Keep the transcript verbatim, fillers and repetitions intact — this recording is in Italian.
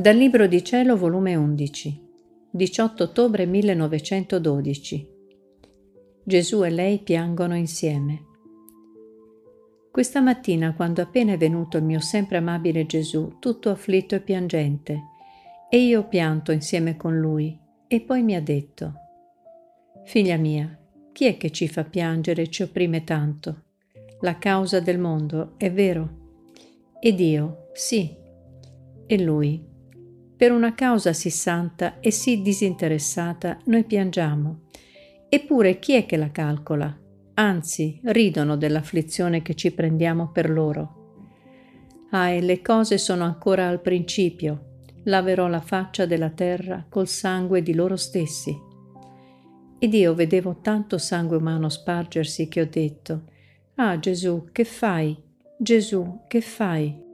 Dal Libro di Cielo, volume undici, diciotto ottobre millenovecentododici. Gesù e lei piangono insieme. Questa mattina, quando appena è venuto il mio sempre amabile Gesù, tutto afflitto e piangente, e io ho pianto insieme con lui, e poi mi ha detto: «Figlia mia, chi è che ci fa piangere e ci opprime tanto? La causa del mondo, è vero?» Ed io: «Sì». E lui: «Per una causa sì santa e sì disinteressata noi piangiamo. Eppure chi è che la calcola? Anzi, ridono dell'afflizione che ci prendiamo per loro. Ahi, le cose sono ancora al principio. Laverò la faccia della terra col sangue di loro stessi». Ed io vedevo tanto sangue umano spargersi che ho detto: «Ah Gesù, che fai? Gesù, che fai?»